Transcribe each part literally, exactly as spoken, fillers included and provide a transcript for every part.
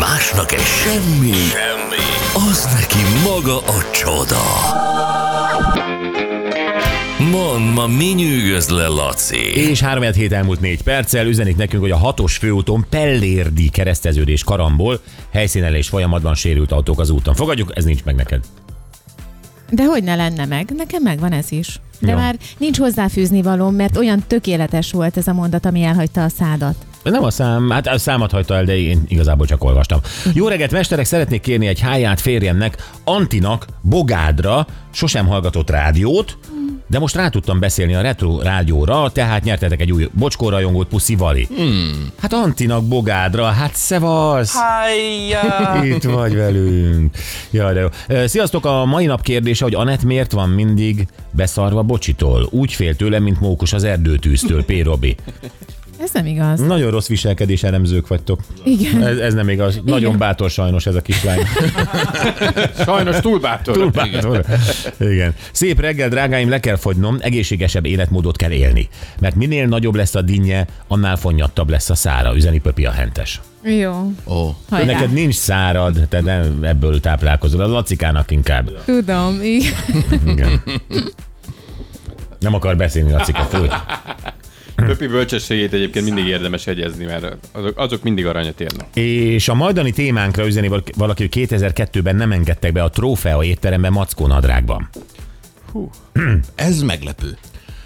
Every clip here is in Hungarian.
Másnak egy semmi, semmi, az neki maga a csoda. Mondd, ma mi nyűgöz le, Laci? És három hét elmúlt négy perccel üzenik nekünk, hogy a hatos főúton Pellérdi kereszteződés karambol, helyszínelés folyamatban sérült autók az úton. Fogadjuk, ez nincs meg neked. De hogy ne lenne meg? Nekem megvan ez is. De Jó. már nincs hozzáfűzni valóm, mert olyan tökéletes volt ez a mondat, ami elhagyta a szádat. Nem a szám, hát a számat hagyta el, de én igazából csak olvastam. Jó reggelt, mesterek, szeretnék kérni egy háját férjemnek, Antinak, Bogádra, sosem hallgatott rádiót, de most rá tudtam beszélni a retro rádióra, tehát nyertetek egy új bocskórajongót, puszi Vali. Hmm. Hát Antinak, Bogádra, hát szevasz! Hájjá! Itt vagy velünk. Jaj, de jó. Sziasztok, a mai nap kérdése, hogy Anett miért van mindig beszarva Bocsitól? Úgy fél tőlem, mint mókus az erdőtűztől, P. Robi. Ez nem igaz. Nagyon rossz viselkedés elemzők vagytok. Igen. Ez, ez nem igaz. Igen. Nagyon bátor sajnos ez a kislány. Sajnos túl bátor. Túl bátor. Igen. Igen. Szép reggel, drágáim, le kell fogynom, egészségesebb életmódot kell élni. Mert minél nagyobb lesz a dinnye, annál fonnyattabb lesz a szára, üzeni Pöpi a hentes. Jó. Ó. Neked nincs szárad, te nem ebből táplálkozol. A Lacikának inkább. Tudom, igen. Igen. Nem akar beszélni, Lacika, fúj. Pöpi bölcsességét egyébként mindig érdemes egyezni, mert azok, azok mindig aranyat érnek. És a majdani témánkra üzeni valaki, hogy kétezer-kettőben nem engedtek be a Trófea étteremben mackónadrágban. Hú. Ez meglepő.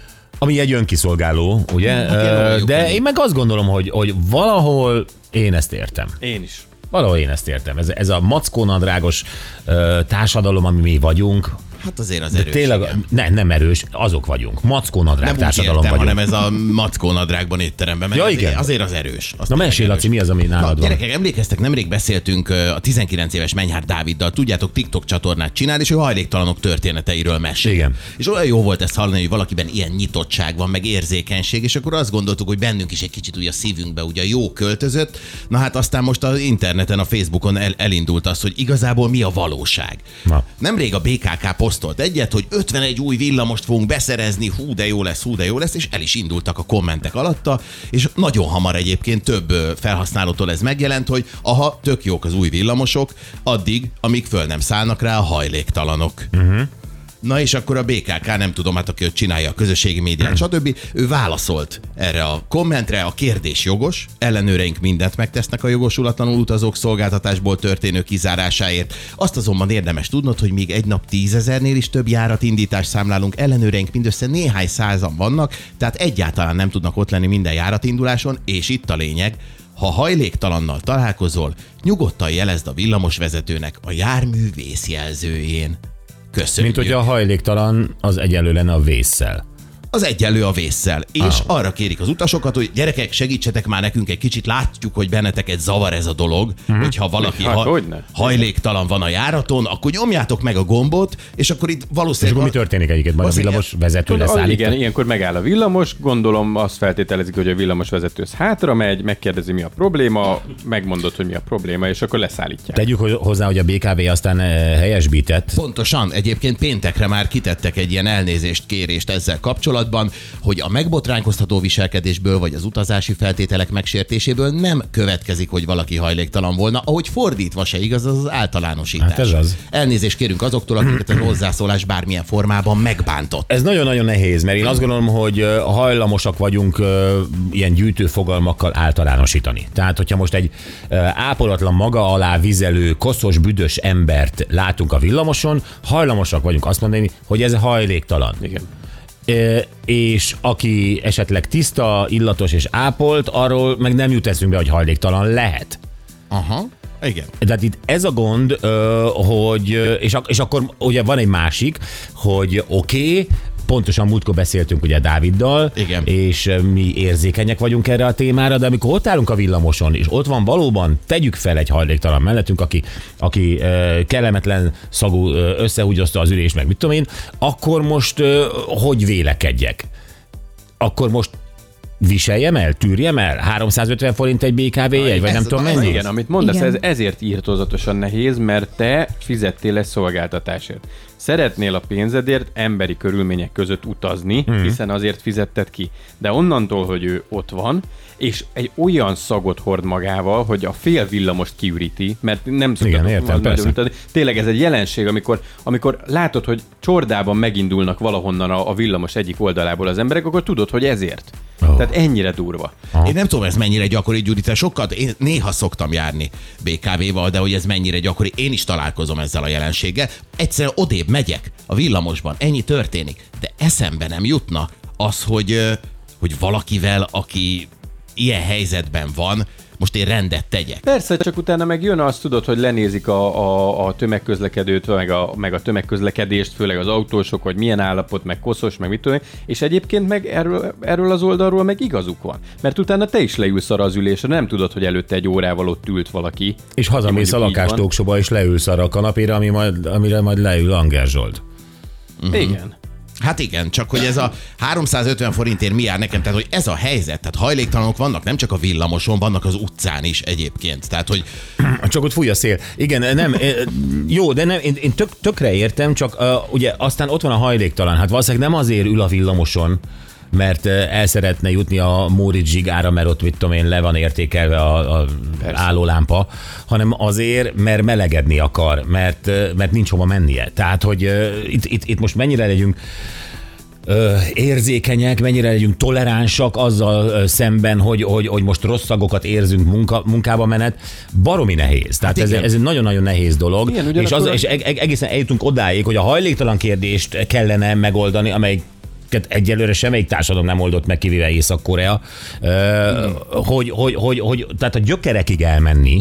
Ami egy önkiszolgáló, ugye? Hát, de én meg azt gondolom, hogy, hogy valahol én ezt értem. Én is. Valahol én ezt értem. Ez, ez a mackónadrágos uh, társadalom, ami mi vagyunk. Hát azért az erős. Tényleg, ne, nem erős, azok vagyunk. Mackónadrág nem társadalom értem, vagyunk. hanem ez a mackónadrágban étteremben. Ja, azért, igen. Azért az erős. Azt Na mesélj, Laci, mi az, ami nálad Na, van? Gyerekek, emlékeztek, nemrég beszéltünk a tizenkilenc éves Menyhárt Dáviddal. Tudjátok, TikTok csatornát csinál, és ő hajléktalanok történeteiről mesél. Igen. És olyan jó volt ezt hallani, hogy valakiben ilyen nyitottság van, meg érzékenység, és akkor azt gondoltuk, hogy bennünk is egy kicsit úgy a szívünkbe ugye jó költözött. Na hát aztán most az interneten, a Facebookon el, elindult az, hogy igazából mi a valóság. Na. Nemrég a bé ká ká posztolt egyet, hogy ötvenegy új villamost fogunk beszerezni, hú de jó lesz, hú de jó lesz, és el is indultak a kommentek alatta, és nagyon hamar egyébként több felhasználótól ez megjelent, hogy aha, tök jók az új villamosok, addig, amíg föl nem szállnak rá a hajléktalanok. Uh-huh. Na és akkor a bé ká ká, nem tudom, hát aki ott csinálja a közösségi médiát, stb. Ő válaszolt erre a kommentre, a kérdés jogos, ellenőreink mindent megtesznek a jogosulatlanul utazók szolgáltatásból történő kizárásáért. Azt azonban érdemes tudnod, hogy még egy nap tízezernél is több járatindítást számlálunk, ellenőreink mindössze néhány százan vannak, tehát egyáltalán nem tudnak ott lenni minden járatinduláson, és itt a lényeg, ha hajléktalannal találkozol, nyugodtan jelezd a villamosvezetőnek a jármű vészjelzőjén. Köszönjük. Mint hogy a hajléktalan az egyenlő lenne a vésszel. Az egyenlő a vésszel. És ah. arra kérik az utasokat, hogy gyerekek, segítsetek már nekünk egy kicsit, látjuk, hogy benneteket zavar ez a dolog, mm-hmm. hogyha valaki hát, ha- hajléktalan van a járaton, akkor nyomjátok meg a gombot, és akkor itt valószínűleg... És akkor mi történik egyébként? Majd a villamos vezető leszállít? Igen, ilyenkor megáll a villamos, gondolom azt feltételezik, hogy a villamos vezető hátra megy, megkérdezi, mi a probléma, megmondod, hogy mi a probléma, és akkor leszállítják. Tegyük hozzá, hogy a bé ká vé aztán helyesbített. Pontosan, egyébként péntekre már kitettek egy ilyen elnézést kérést ezzel kapcsolatban, hogy a megbotránkoztató viselkedésből vagy az utazási feltételek megsértéséből nem következik, hogy valaki hajléktalan volna, ahogy fordítva se igaz, az az általánosítás. Hát ez az. Elnézést kérünk azoktól, akiket a hozzászólás bármilyen formában megbántott. Ez nagyon-nagyon nehéz, mert én azt gondolom, hogy hajlamosak vagyunk ilyen gyűjtő fogalmakkal általánosítani. Tehát, hogyha most egy ápolatlan maga alá vizelő, koszos, büdös embert látunk a villamoson, hajlamosak vagyunk azt mondani, hogy ez hajléktalan. Igen. És aki esetleg tiszta, illatos és ápolt, arról meg nem jut eszünkbe, hogy hajléktalan lehet. Aha, igen. Tehát itt ez a gond, hogy, és, és akkor ugye van egy másik, hogy oké, okay, pontosan múltkor beszéltünk ugye Dáviddal, igen. És mi érzékenyek vagyunk erre a témára, de amikor ott állunk a villamoson, és ott van valóban, tegyük fel egy hajléktalan mellettünk, aki, aki kellemetlen szagú összehúgyozta az ülés, meg mit tudom én, akkor most hogy vélekedjek? Akkor most viseljem el, tűrjem el? háromszázötven forint egy bé ká vé jegy, vagy nem tudom mennyi? Igen, amit mondasz, Igen. ez ezért írtózatosan nehéz, mert te fizettél egy szolgáltatásért. Szeretnél a pénzedért emberi körülmények között utazni, hmm. hiszen azért fizetted ki. De onnantól, hogy ő ott van, és egy olyan szagot hord magával, hogy a fél villamost kiüríti, mert nem Igen, értem, persze. Tényleg ez egy jelenség, amikor, amikor látod, hogy csordában megindulnak valahonnan a, a villamos egyik oldalából az emberek, akkor tudod, hogy ezért. Oh. Tehát ennyire durva. Én nem tudom, ez mennyire gyakori, Gyuri, te sokat, én néha szoktam járni bé ká véval, de hogy ez mennyire gyakori, én is találkozom ezzel a jelenséggel. Egyszerűen odébb megyek a villamosban, ennyi történik, de eszembe nem jutna az, hogy, hogy valakivel, aki ilyen helyzetben van, most én rendet tegyek. Persze, csak utána meg jön, azt tudod, hogy lenézik a, a, a tömegközlekedőt, meg a, meg a tömegközlekedést, főleg az autósok, hogy milyen állapot, meg koszos, meg mit tudom, és egyébként meg erről, erről az oldalról meg igazuk van. Mert utána te is leülsz arra az ülésre, nem tudod, hogy előtte egy órával ott ült valaki. És hazamész a lakástóksóba, és leülsz arra a kanapéra, ami majd, amire majd leül Anger Zsolt. Uh-huh. Igen. Hát igen, csak hogy ez a háromszázötven forintért mi jár nekem, tehát hogy ez a helyzet, tehát hajléktalanok vannak nem csak a villamoson, vannak az utcán is egyébként, tehát hogy... Csak ott fúj a szél. Igen, nem, jó, de nem, én, én tök, tökre értem, csak uh, ugye aztán ott van a hajléktalan, hát valószínűleg nem azért ül a villamoson, mert el szeretne jutni a Móricz zsigára, mert ott, mit tudom én, le van értékelve a, a állólámpa, hanem azért, mert melegedni akar, mert, mert nincs hova mennie. Tehát, hogy uh, itt, itt, itt most mennyire legyünk uh, érzékenyek, mennyire legyünk toleránsak azzal uh, szemben, hogy, hogy, hogy most rossz szagokat érzünk munka, munkába menet, baromi nehéz. Tehát hát ez, ez egy nagyon-nagyon nehéz dolog, igen, és, az, és egészen eljutunk odáig, hogy a hajléktalan kérdést kellene megoldani, amely egyelőre semmelyik társadalom nem oldott meg, kivéve Észak-Korea, hmm. hogy, hogy, hogy, hogy, tehát a gyökerekig elmenni.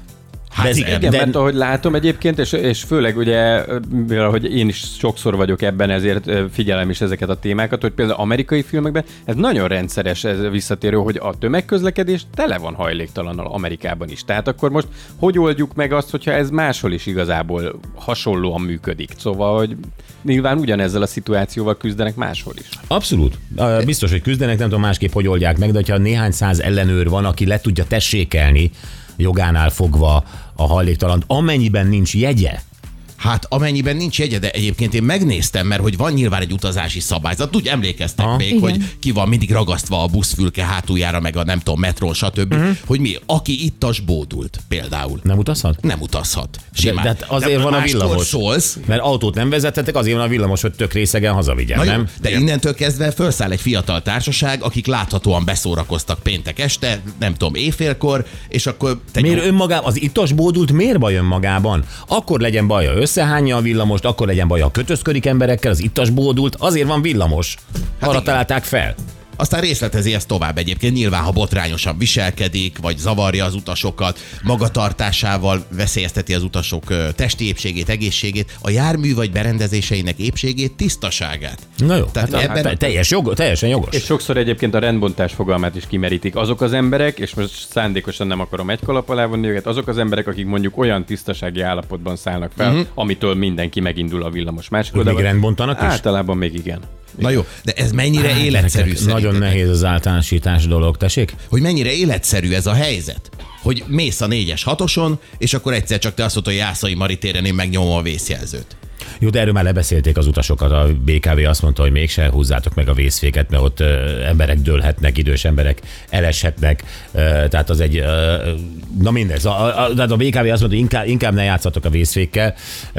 Hát de, igen, de... mert ahogy látom egyébként, és, és főleg ugye, mivel hogy én is sokszor vagyok ebben, ezért figyelem is ezeket a témákat, hogy például amerikai filmekben ez nagyon rendszeres, ez visszatérő, hogy a tömegközlekedés tele van hajléktalannal Amerikában is. Tehát akkor most hogy oldjuk meg azt, hogyha ez máshol is igazából hasonlóan működik? Szóval, hogy nyilván ugyanezzel a szituációval küzdenek máshol is. Abszolút. Biztos, hogy küzdenek, nem tudom másképp, hogy oldják meg, de hogyha néhány száz ellenőr van, aki le tudja tessékelni jogánál fogva a hajléktalant, amennyiben nincs jegye. Hát amennyiben nincs jegye, de egyébként én megnéztem, mert hogy van nyilván egy utazási szabályzat, úgy emlékeztek ah, még, igen. hogy ki van mindig ragasztva a buszfülke hátuljára, meg a nem tudom, metrón, stb., uh-huh. hogy mi, aki ittas bódult például. Nem utazhat? Nem utazhat. De, de azért de van a villamos. Szólsz. Mert autót nem vezettetek, azért van a villamos, hogy tök részegen hazavigyen, nem? Jó, de igen. Innentől kezdve felszáll egy fiatal társaság, akik láthatóan beszórakoztak péntek este, nem tudom, éjfélkor, és akkor... Miért önmagában, az ittas bódult miért baj önmagában? Akkor legyen baja, összehányja a villamost, akkor legyen baja, kötözködik emberekkel, az ittas bódult, azért van villamos. Hát arra találták fel. Aztán részletezi ezt tovább egyébként. Nyilván, ha botrányosan viselkedik, vagy zavarja az utasokat, magatartásával veszélyezteti az utasok testi épségét, egészségét, a jármű vagy berendezéseinek épségét, tisztaságát. Na jó, tehát hát ebben... hát teljes jog, teljesen jogos. És sokszor egyébként a rendbontás fogalmát is kimerítik. Azok az emberek, és most szándékosan nem akarom egy kalap alá vonni őket, azok az emberek, akik mondjuk olyan tisztasági állapotban szállnak fel, uh-huh. amitől mindenki megindul a villamos másik oldalon. Még rendbontanak is? Általában még igen. Na jó, de ez mennyire hát, életszerű nagyon nehéz az általánosítás dolog, tessék? Hogy mennyire életszerű ez a helyzet? Hogy mész a négyes hatoson, és akkor egyszer csak te azt mondod, hogy Jászai Mari téren én megnyomom a vészjelzőt. Jó, de erről már lebeszélték az utasokat. A bé ká vé azt mondta, hogy mégse húzzátok meg a vészféket, mert ott ö, emberek dőlhetnek, idős emberek eleshetnek. Ö, tehát az egy... Ö, na mindez. A, a, a, a bé ká vé azt mondta, hogy inkább, inkább ne játszatok a vészfékkel.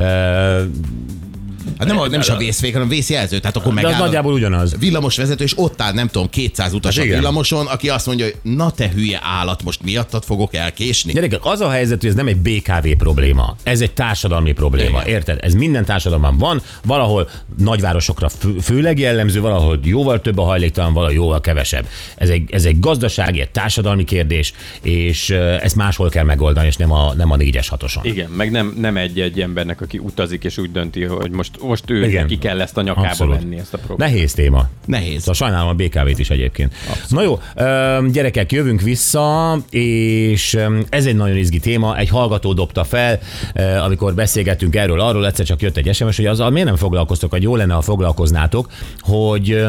Ö, Hát nem, nem is a vészfék, hanem a vészjelző. Tehát akkor megáll nagyjából ugyanaz. Villamosvezető, és ott áll, nem tudom, kétszáz utas hát a villamoson, aki azt mondja, hogy na te hülye állat, most miattad fogok elkésni. Gyerekek, az a helyzet, hogy ez nem egy bé ká vé probléma. Ez egy társadalmi probléma. Igen. Érted? Ez minden társadalomban van. Valahol nagyvárosokra fő, főleg jellemző, valahol jóval több a hajléktalan, valahol jóval kevesebb. Ez egy, ez egy gazdasági, egy társadalmi kérdés, és ezt máshol kell megoldani, és nem a, nem a négyes hatoson. Igen, meg nem, nem egy-egy embernek, aki utazik, és úgy dönti, hogy most most ő igen. Neki kell ezt a nyakába abszolút. Venni, ezt a problémát. Nehéz téma. Nehéz. Szóval sajnálom a bé ká vét is egyébként. Abszolút. Na jó, gyerekek, jövünk vissza, és ez egy nagyon izgi téma. Egy hallgató dobta fel, amikor beszélgettünk erről, arról egyszer csak jött egy es em es, hogy azzal miért nem foglalkoztok, hogy jó lenne, ha foglalkoznátok, hogy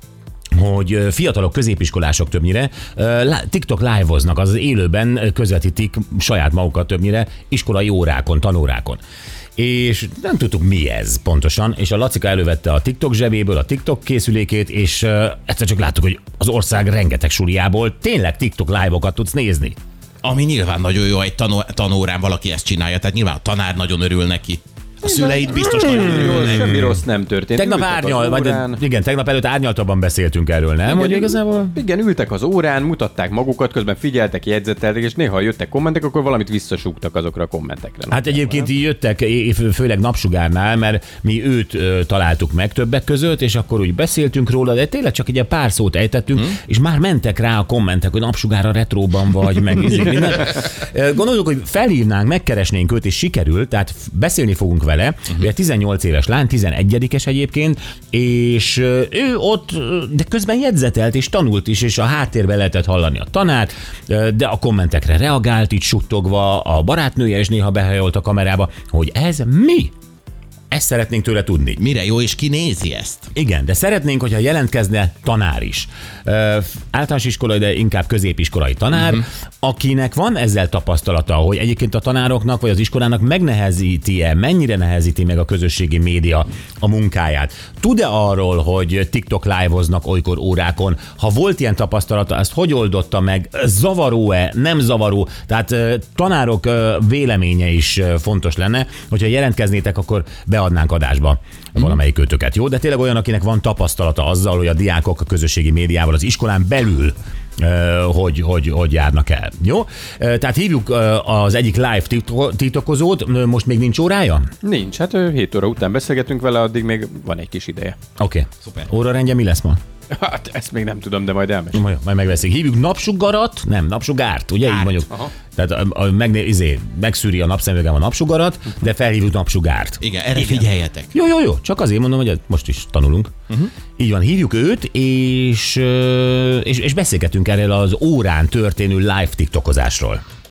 hogy fiatalok, középiskolások többnyire TikTok live-oznak, azaz élőben közvetítik saját magukat többnyire iskolai órákon, tanórákon. és nem tudtuk mi ez pontosan, és a Lacika elővette a TikTok zsebéből a TikTok készülékét, és uh, egyszer csak láttuk, hogy az ország rengeteg suliából tényleg TikTok live-okat tudsz nézni. Ami nyilván nagyon jó, egy tanó, tanórán valaki ezt csinálja, tehát nyilván a tanár nagyon örül neki. A szüleid biztos nagyon örülnek. Semmi rossz nem történt. Tegnap Ültek árnyal, az vagy órán. igen, tegnap előtt árnyaltabban beszéltünk erről, nem? Igen, Hogy igazából... igen, ültek az órán, mutatták magukat, közben figyeltek, jegyzeteltek, és néha jöttek kommentek, akkor valamit visszasúgtak azokra a kommentekre. Hát egyébként így jöttek, főleg Napsugárnál, mert mi őt ö, találtuk meg többek között, és akkor úgy beszéltünk róla, de tényleg csak egy pár szót ejtettünk, hmm. és már mentek rá a kommentek, hogy Napsugár a retróban vagy, meg minden. Gondoljuk, hogy felhívnánk, megkeresnénk őt, és sikerült, tehát beszélni fogunk vele. Uh-huh. tizennyolc éves lány, tizenegyedikes egyébként, és ő ott, de közben jegyzetelt és tanult is, és a háttérben lehetett hallani a tanárt, de a kommentekre reagált, így suttogva, a barátnője is néha behajolt a kamerába, hogy ez mi? Ezt szeretnénk tőle tudni. Mire jó, és ki nézi ezt? Igen, de szeretnénk, hogyha jelentkezne tanár is. Ö, általános iskolai, de inkább középiskolai tanár, uh-huh. akinek van ezzel tapasztalata, hogy egyébként a tanároknak vagy az iskolának megnehezíti-e, mennyire nehezíti meg a közösségi média a munkáját. Tud-e arról, hogy TikTok live-oznak olykor órákon? Ha volt ilyen tapasztalata, ezt hogy oldotta meg? Zavaró-e, nem zavaró? Tehát tanárok véleménye is fontos lenne, hogyha jelentkeznétek, akkor beadnánk adásba valamelyik őtöket. Jó, de tényleg olyan, akinek van tapasztalata azzal, hogy a diákok a közösségi médiával az iskolán belül hogy, hogy, hogy járnak el. Jó? Tehát hívjuk az egyik live titokozót, most még nincs órája? Nincs, hát hét óra után beszélgetünk vele, addig még van egy kis ideje. Oké. Okay. Szuper. Órarendje mi lesz ma? Hát ezt még nem tudom, de majd elmesélem. Majd, majd megveszik. Hívjuk napsugarat? Nem, napsugárt, ugye? Árt. Így mondjuk. Aha. Tehát a, a, meg, izé, megszűri a napszemüvegem a napsugarat, de felhívjuk napsugárt. Igen, erre Igen. figyeljetek. Jó, jó, jó. Csak azért mondom, hogy most is tanulunk. Uh-huh. Így van, hívjuk őt, és, és, és beszélgetünk erről az órán történő live tiktokozásról.